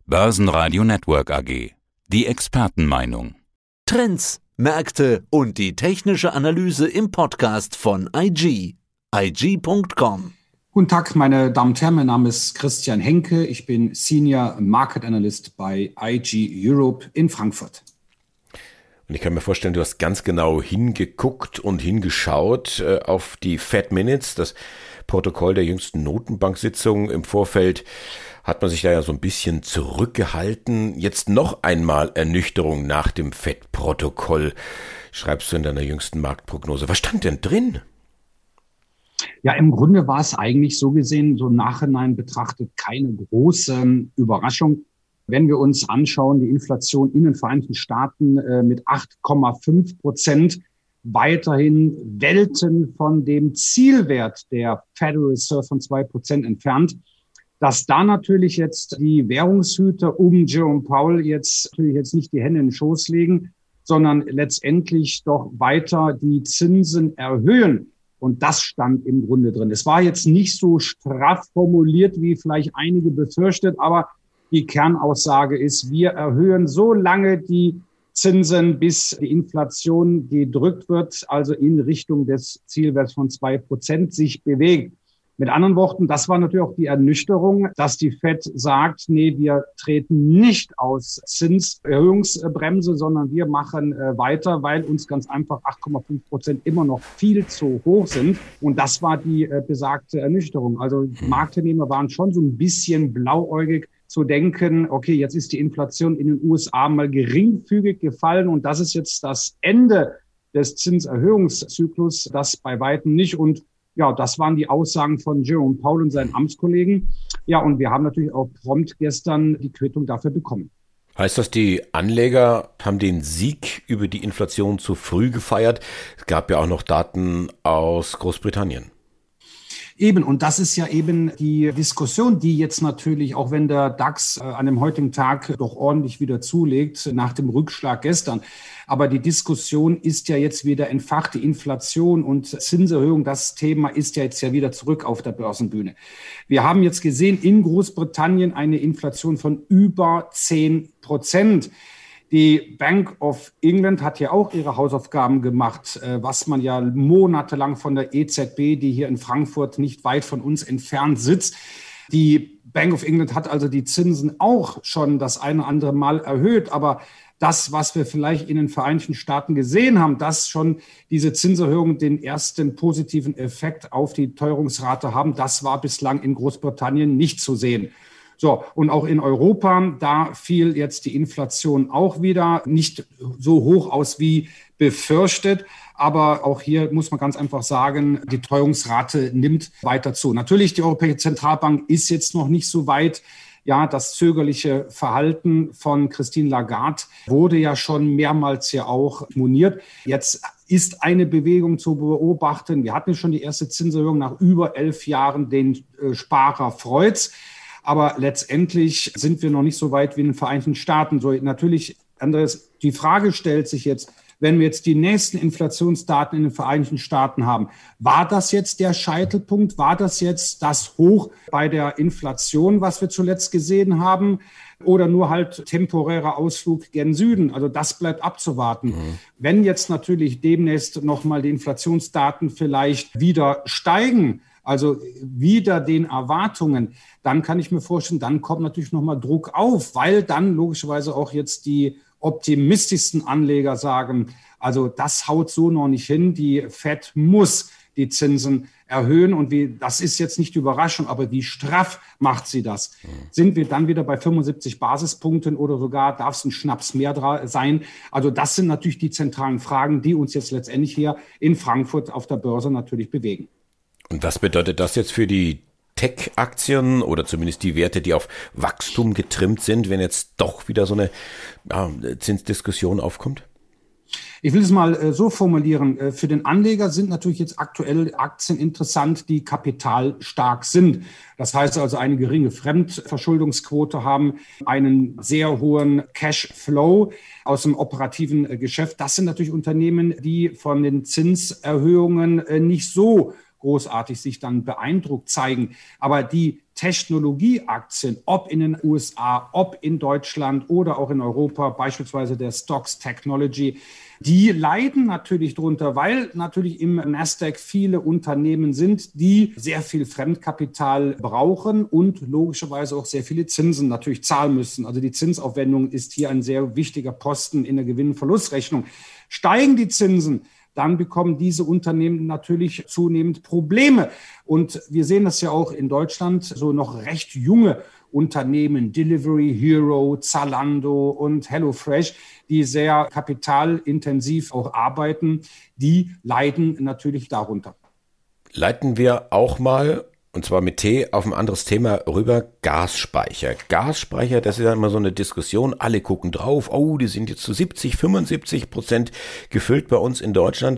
Börsenradio Network AG. Die Expertenmeinung. Trends, Märkte und die technische Analyse im Podcast von IG. IG.com. Guten Tag, meine Damen und Herren, mein Name ist Christian Henke. Ich bin Senior Market Analyst bei IG Europe in Frankfurt. Und ich kann mir vorstellen, du hast ganz genau hingeguckt und hingeschaut auf die Fed Minutes, das Protokoll der jüngsten Notenbank-Sitzung. Im Vorfeld hat man sich da ja so ein bisschen zurückgehalten. Jetzt noch einmal Ernüchterung nach dem Fed-Protokoll, schreibst du in deiner jüngsten Marktprognose. Was stand denn drin? Ja, im Grunde war es eigentlich so gesehen, so im Nachhinein betrachtet, keine große Überraschung. Wenn wir uns anschauen, die Inflation in den Vereinigten Staaten mit 8,5%, weiterhin Welten von dem Zielwert der Federal Reserve von 2% entfernt. Dass da natürlich jetzt die Währungshüter um Jerome Powell natürlich jetzt nicht die Hände in den Schoß legen, sondern letztendlich doch weiter die Zinsen erhöhen. Und das stand im Grunde drin. Es war jetzt nicht so straff formuliert, wie vielleicht einige befürchtet, aber die Kernaussage ist, wir erhöhen so lange die Zinsen, bis die Inflation gedrückt wird, also in Richtung des Zielwerts von 2% sich bewegt. Mit anderen Worten, das war natürlich auch die Ernüchterung, dass die Fed sagt, nee, wir treten nicht aus Zinserhöhungsbremse, sondern wir machen weiter, weil uns ganz einfach 8,5% immer noch viel zu hoch sind. Und das war die besagte Ernüchterung. Also Marktteilnehmer waren schon so ein bisschen blauäugig zu denken, okay, jetzt ist die Inflation in den USA mal geringfügig gefallen und das ist jetzt das Ende des Zinserhöhungszyklus, das bei weitem nicht. Und ja, das waren die Aussagen von Jerome Powell und seinen Amtskollegen. Ja, und wir haben natürlich auch prompt gestern die Quittung dafür bekommen. Heißt das, die Anleger haben den Sieg über die Inflation zu früh gefeiert? Es gab ja auch noch Daten aus Großbritannien. Eben, und das ist ja eben die Diskussion, die jetzt natürlich, auch wenn der DAX an dem heutigen Tag doch ordentlich wieder zulegt, nach dem Rückschlag gestern, aber die Diskussion ist ja jetzt wieder entfacht, die Inflation und Zinserhöhung, das Thema ist ja jetzt wieder zurück auf der Börsenbühne. Wir haben jetzt gesehen, in Großbritannien eine Inflation von über 10%. Die Bank of England hat ja auch ihre Hausaufgaben gemacht, was man ja monatelang von der EZB, die hier in Frankfurt nicht weit von uns entfernt sitzt. Die Bank of England hat also die Zinsen auch schon das eine oder andere Mal erhöht, aber das, was wir vielleicht in den Vereinigten Staaten gesehen haben, dass schon diese Zinserhöhungen den ersten positiven Effekt auf die Teuerungsrate haben, das war bislang in Großbritannien nicht zu sehen. So, und auch in Europa, da fiel jetzt die Inflation auch wieder nicht so hoch aus wie befürchtet. Aber auch hier muss man ganz einfach sagen, die Teuerungsrate nimmt weiter zu. Natürlich, die Europäische Zentralbank ist jetzt noch nicht so weit. Ja, das zögerliche Verhalten von Christine Lagarde wurde ja schon mehrmals ja auch moniert. Jetzt ist eine Bewegung zu beobachten. Wir hatten schon die erste Zinserhöhung nach über 11 Jahren, den Sparer freut's. Aber letztendlich sind wir noch nicht so weit wie in den Vereinigten Staaten. So natürlich, Andreas, die Frage stellt sich jetzt, wenn wir jetzt die nächsten Inflationsdaten in den Vereinigten Staaten haben, war das jetzt der Scheitelpunkt? War das jetzt das Hoch bei der Inflation, was wir zuletzt gesehen haben? Oder nur halt temporärer Ausflug gen Süden? Also das bleibt abzuwarten. Wenn jetzt natürlich demnächst nochmal die Inflationsdaten vielleicht wieder steigen, also wieder den Erwartungen, dann kann ich mir vorstellen, dann kommt natürlich nochmal Druck auf, weil dann logischerweise auch jetzt die optimistischsten Anleger sagen, also das haut so noch nicht hin, die Fed muss die Zinsen erhöhen und das ist jetzt nicht die Überraschung, aber wie straff macht sie das? Sind wir dann wieder bei 75 Basispunkten oder sogar darf es ein Schnaps mehr sein? Also das sind natürlich die zentralen Fragen, die uns jetzt letztendlich hier in Frankfurt auf der Börse natürlich bewegen. Und was bedeutet das jetzt für die Tech-Aktien oder zumindest die Werte, die auf Wachstum getrimmt sind, wenn jetzt doch wieder so eine Zinsdiskussion aufkommt? Ich will es mal so formulieren. Für den Anleger sind natürlich jetzt aktuell Aktien interessant, die kapitalstark sind. Das heißt also eine geringe Fremdverschuldungsquote haben, einen sehr hohen Cashflow aus dem operativen Geschäft. Das sind natürlich Unternehmen, die von den Zinserhöhungen nicht so großartig sich dann beeindruckt zeigen. Aber die Technologieaktien, ob in den USA, ob in Deutschland oder auch in Europa, beispielsweise der Stocks Technology, die leiden natürlich drunter, weil natürlich im Nasdaq viele Unternehmen sind, die sehr viel Fremdkapital brauchen und logischerweise auch sehr viele Zinsen natürlich zahlen müssen. Also die Zinsaufwendung ist hier ein sehr wichtiger Posten in der Gewinn- und Verlustrechnung. Steigen die Zinsen, dann bekommen diese Unternehmen natürlich zunehmend Probleme. Und wir sehen das ja auch in Deutschland, so noch recht junge Unternehmen, Delivery Hero, Zalando und HelloFresh, die sehr kapitalintensiv auch arbeiten, die leiden natürlich darunter. Leiten wir auch mal, und zwar mit T, auf ein anderes Thema rüber, Gasspeicher. Gasspeicher, das ist ja immer so eine Diskussion, alle gucken drauf, oh, die sind jetzt zu 70-75% gefüllt bei uns in Deutschland.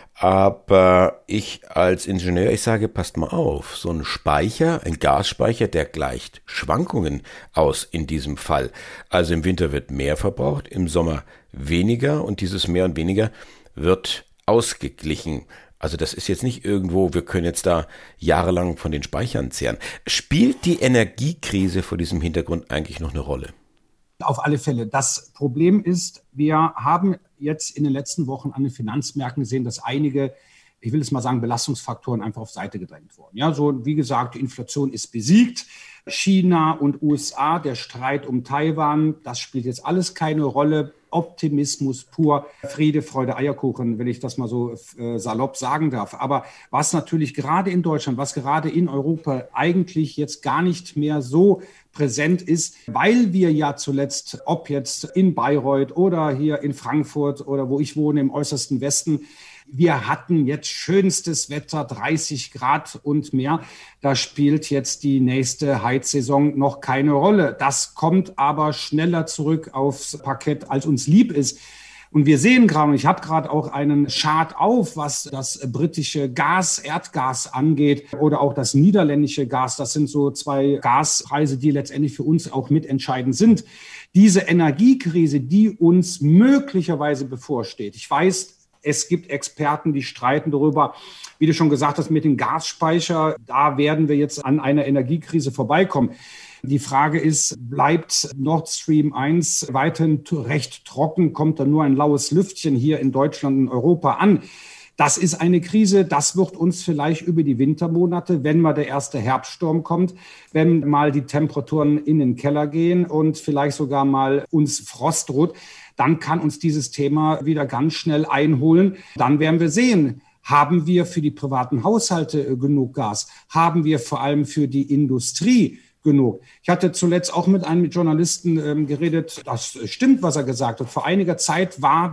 Aber ich als Ingenieur, ich sage, passt mal auf, so ein Speicher, ein Gasspeicher, der gleicht Schwankungen aus in diesem Fall. Also im Winter wird mehr verbraucht, im Sommer weniger und dieses mehr und weniger wird ausgeglichen. Also das ist jetzt nicht irgendwo, wir können jetzt da jahrelang von den Speichern zehren. Spielt die Energiekrise vor diesem Hintergrund eigentlich noch eine Rolle? Auf alle Fälle. Das Problem ist, wir haben jetzt in den letzten Wochen an den Finanzmärkten gesehen, dass einige, ich will es mal sagen, Belastungsfaktoren einfach auf Seite gedrängt wurden. Ja, so wie gesagt, die Inflation ist besiegt. China und USA, der Streit um Taiwan, das spielt jetzt alles keine Rolle. Optimismus pur, Friede, Freude, Eierkuchen, wenn ich das mal so salopp sagen darf. Aber was natürlich gerade in Deutschland, was gerade in Europa eigentlich jetzt gar nicht mehr so präsent ist, weil wir ja zuletzt, ob jetzt in Bayreuth oder hier in Frankfurt oder wo ich wohne im äußersten Westen, wir hatten jetzt schönstes Wetter, 30 Grad und mehr. Da spielt jetzt die nächste Heizsaison noch keine Rolle. Das kommt aber schneller zurück aufs Parkett, als uns lieb ist. Und wir sehen gerade, und ich habe gerade auch einen Chart auf, was das britische Gas, Erdgas angeht oder auch das niederländische Gas. Das sind so zwei Gaspreise, die letztendlich für uns auch mitentscheidend sind. Diese Energiekrise, die uns möglicherweise bevorsteht. Ich weiß, es gibt Experten, die streiten darüber, wie du schon gesagt hast, mit dem Gasspeicher. Da werden wir jetzt an einer Energiekrise vorbeikommen. Die Frage ist, bleibt Nord Stream 1 weiterhin recht trocken? Kommt da nur ein laues Lüftchen hier in Deutschland und Europa an? Das ist eine Krise, das wird uns vielleicht über die Wintermonate, wenn mal der erste Herbststurm kommt, wenn mal die Temperaturen in den Keller gehen und vielleicht sogar mal uns Frost droht, dann kann uns dieses Thema wieder ganz schnell einholen. Dann werden wir sehen, haben wir für die privaten Haushalte genug Gas? Haben wir vor allem für die Industrie genug? Ich hatte zuletzt auch mit einem Journalisten geredet, das stimmt, was er gesagt hat. Vor einiger Zeit war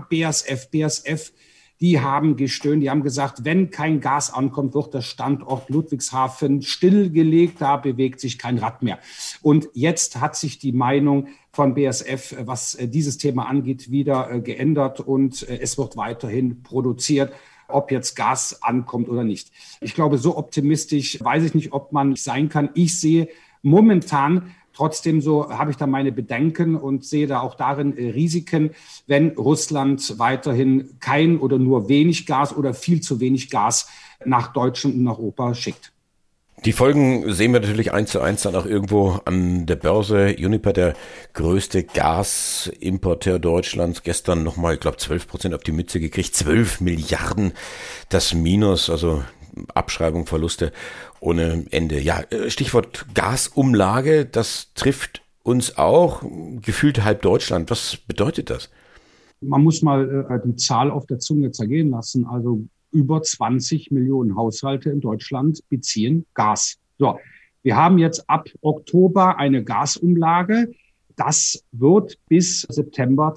BASF, die haben gestöhnt, die haben gesagt, wenn kein Gas ankommt, wird der Standort Ludwigshafen stillgelegt, da bewegt sich kein Rad mehr. Und jetzt hat sich die Meinung von BASF, was dieses Thema angeht, wieder geändert und es wird weiterhin produziert, ob jetzt Gas ankommt oder nicht. Ich glaube, so optimistisch weiß ich nicht, ob man sein kann. Ich sehe momentan trotzdem so, habe ich da meine Bedenken und sehe da auch darin Risiken, wenn Russland weiterhin kein oder nur wenig Gas oder viel zu wenig Gas nach Deutschland und nach Europa schickt. Die Folgen sehen wir natürlich 1:1 dann auch irgendwo an der Börse. Uniper, der größte Gasimporteur Deutschlands, gestern nochmal, ich glaube, 12% auf die Mütze gekriegt. 12 Milliarden das Minus, also Abschreibung, Verluste ohne Ende. Ja, Stichwort Gasumlage, das trifft uns auch, gefühlt halb Deutschland. Was bedeutet das? Man muss mal die Zahl auf der Zunge zergehen lassen. Also über 20 Millionen Haushalte in Deutschland beziehen Gas. So, wir haben jetzt ab Oktober eine Gasumlage. Das wird bis September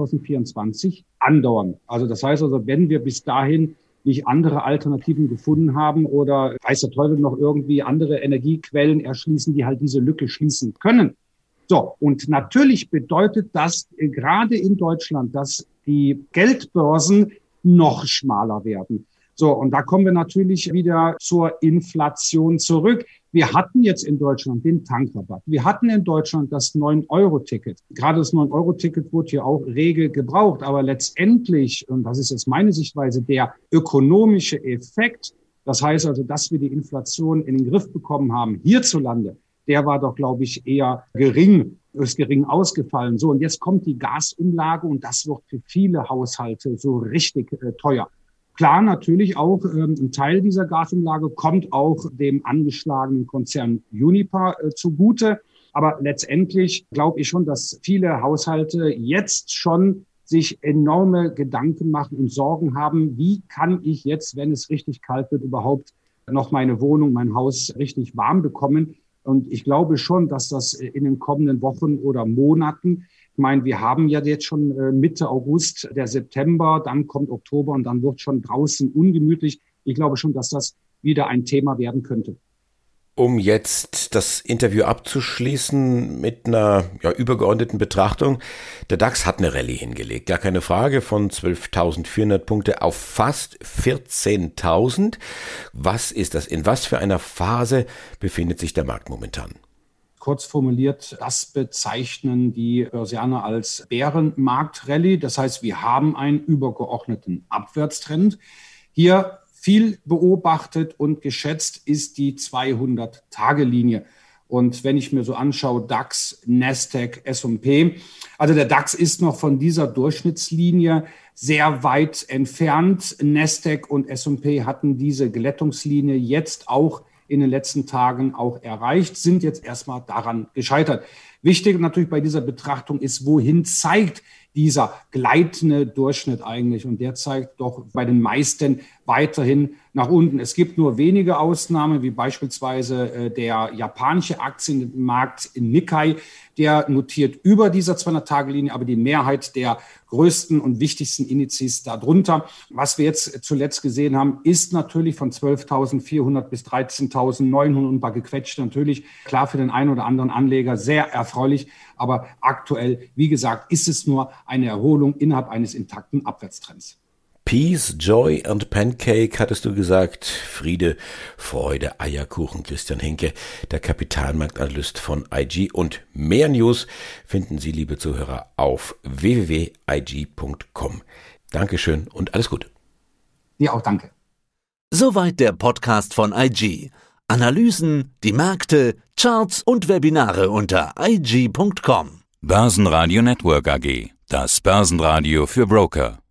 2024 andauern. Also das heißt also, wenn wir bis dahin nicht andere Alternativen gefunden haben oder weiß der Teufel noch irgendwie andere Energiequellen erschließen, die halt diese Lücke schließen können. So, und natürlich bedeutet das gerade in Deutschland, dass die Geldbörsen noch schmaler werden. So, und da kommen wir natürlich wieder zur Inflation zurück. Wir hatten jetzt in Deutschland den Tankrabatt. Wir hatten in Deutschland das 9-Euro-Ticket. Gerade das 9-Euro-Ticket wurde hier auch rege gebraucht. Aber letztendlich, und das ist jetzt meine Sichtweise, der ökonomische Effekt, das heißt also, dass wir die Inflation in den Griff bekommen haben hierzulande, der war doch, glaube ich, eher gering ausgefallen. So, und jetzt kommt die Gasumlage und das wird für viele Haushalte so richtig teuer. Klar, natürlich auch ein Teil dieser Gasumlage kommt auch dem angeschlagenen Konzern Uniper zugute. Aber letztendlich glaube ich schon, dass viele Haushalte jetzt schon sich enorme Gedanken machen und Sorgen haben, wie kann ich jetzt, wenn es richtig kalt wird, überhaupt noch meine Wohnung, mein Haus richtig warm bekommen. Und ich glaube schon, dass das in den kommenden Wochen oder Monaten, ich meine, wir haben ja jetzt schon Mitte August, der September, dann kommt Oktober und dann wird schon draußen ungemütlich. Ich glaube schon, dass das wieder ein Thema werden könnte. Um jetzt das Interview abzuschließen mit einer übergeordneten Betrachtung. Der DAX hat eine Rallye hingelegt, gar keine Frage, von 12.400 Punkte auf fast 14.000. Was ist das? In was für einer Phase befindet sich der Markt momentan? Kurz formuliert, das bezeichnen die Börsianer als Bärenmarkt-Rallye. Das heißt, wir haben einen übergeordneten Abwärtstrend. Hier viel beobachtet und geschätzt ist die 200-Tage-Linie. Und wenn ich mir so anschaue, DAX, Nasdaq, S&P, also der DAX ist noch von dieser Durchschnittslinie sehr weit entfernt. Nasdaq und S&P hatten diese Glättungslinie jetzt auch in den letzten Tagen auch erreicht, sind jetzt erstmal daran gescheitert. Wichtig natürlich bei dieser Betrachtung ist, wohin zeigt dieser gleitende Durchschnitt eigentlich? Und der zeigt doch bei den meisten weiterhin nach unten. Es gibt nur wenige Ausnahmen, wie beispielsweise der japanische Aktienmarkt Nikkei, der notiert über dieser 200-Tage-Linie, aber die Mehrheit der größten und wichtigsten Indizes darunter. Was wir jetzt zuletzt gesehen haben, ist natürlich von 12.400 bis 13.900 und ein paar gequetscht natürlich, klar für den einen oder anderen Anleger sehr erfreulich, aber aktuell, wie gesagt, ist es nur eine Erholung innerhalb eines intakten Abwärtstrends. Peace, Joy and Pancake, hattest du gesagt. Friede, Freude, Eierkuchen. Christian Henke, der Kapitalmarktanalyst von IG. Und mehr News finden Sie, liebe Zuhörer, auf www.ig.com. Dankeschön und alles Gute. Dir auch danke. Soweit der Podcast von IG. Analysen, die Märkte, Charts und Webinare unter ig.com. Börsenradio Network AG. Das Börsenradio für Broker.